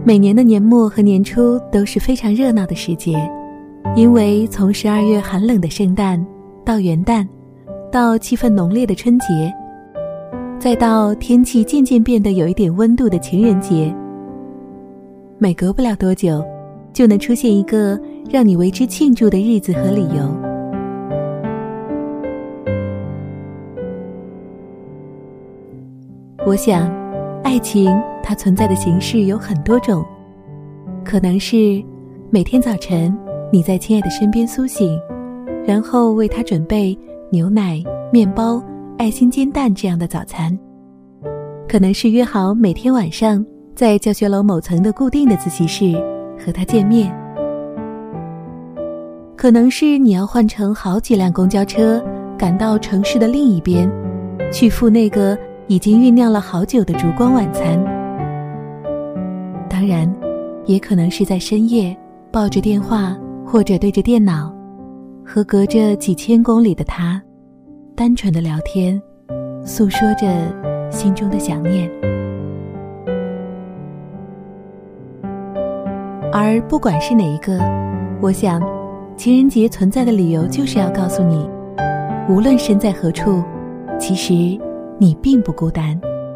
每年的年末和年初都是非常热闹的时节，因为从12月寒冷的圣诞到元旦，到气氛浓烈的春节，再到天气渐渐变得有一点温度的情人节，每隔不了多久就能出现一个让你为之庆祝的日子和理由。我想爱情它存在的形式有很多种，可能是每天早晨你在亲爱的身边苏醒，然后为他准备牛奶、面包、爱心煎蛋这样的早餐，可能是约好每天晚上在教学楼某层的固定的自习室和他见面，可能是你要换乘好几辆公交车赶到城市的另一边，去赴那个已经酝酿了好久的烛光晚餐，当然也可能是在深夜抱着电话或者对着电脑，和隔着几千公里的他单纯的聊天，诉说着心中的想念。而不管是哪一个，我想情人节存在的理由就是要告诉你，无论身在何处，其实你并不孤单。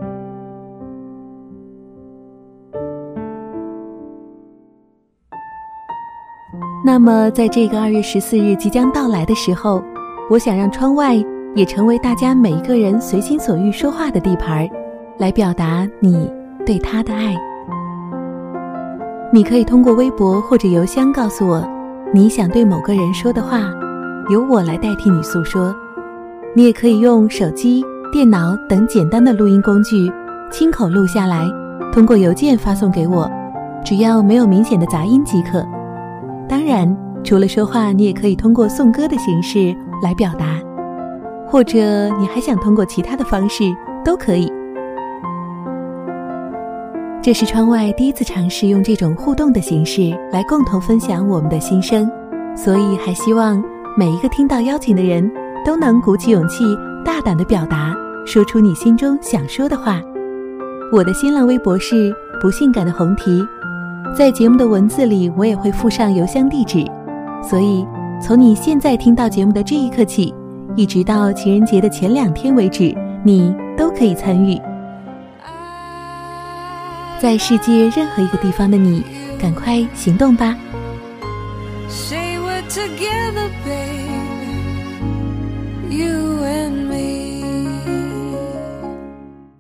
那么在这个2月14日即将到来的时候，我想让窗外也成为大家每一个人随心所欲说话的地盘，来表达你对他的爱。你可以通过微博或者邮箱告诉我你想对某个人说的话，由我来代替你诉说。你也可以用手机、电脑等简单的录音工具亲口录下来，通过邮件发送给我，只要没有明显的杂音即可。当然除了说话，你也可以通过颂歌的形式来表达，或者你还想通过其他的方式都可以。这是窗外第一次尝试用这种互动的形式来共同分享我们的心声，所以还希望每一个听到邀请的人都能鼓起勇气大胆地表达，说出你心中想说的话。我的新浪微博是不性感的红提，在节目的文字里我也会附上邮箱地址，所以从你现在听到节目的这一刻起，一直到情人节的前2天为止，你都可以参与。在世界任何一个地方的你，赶快行动吧。 Say we're together, babe, you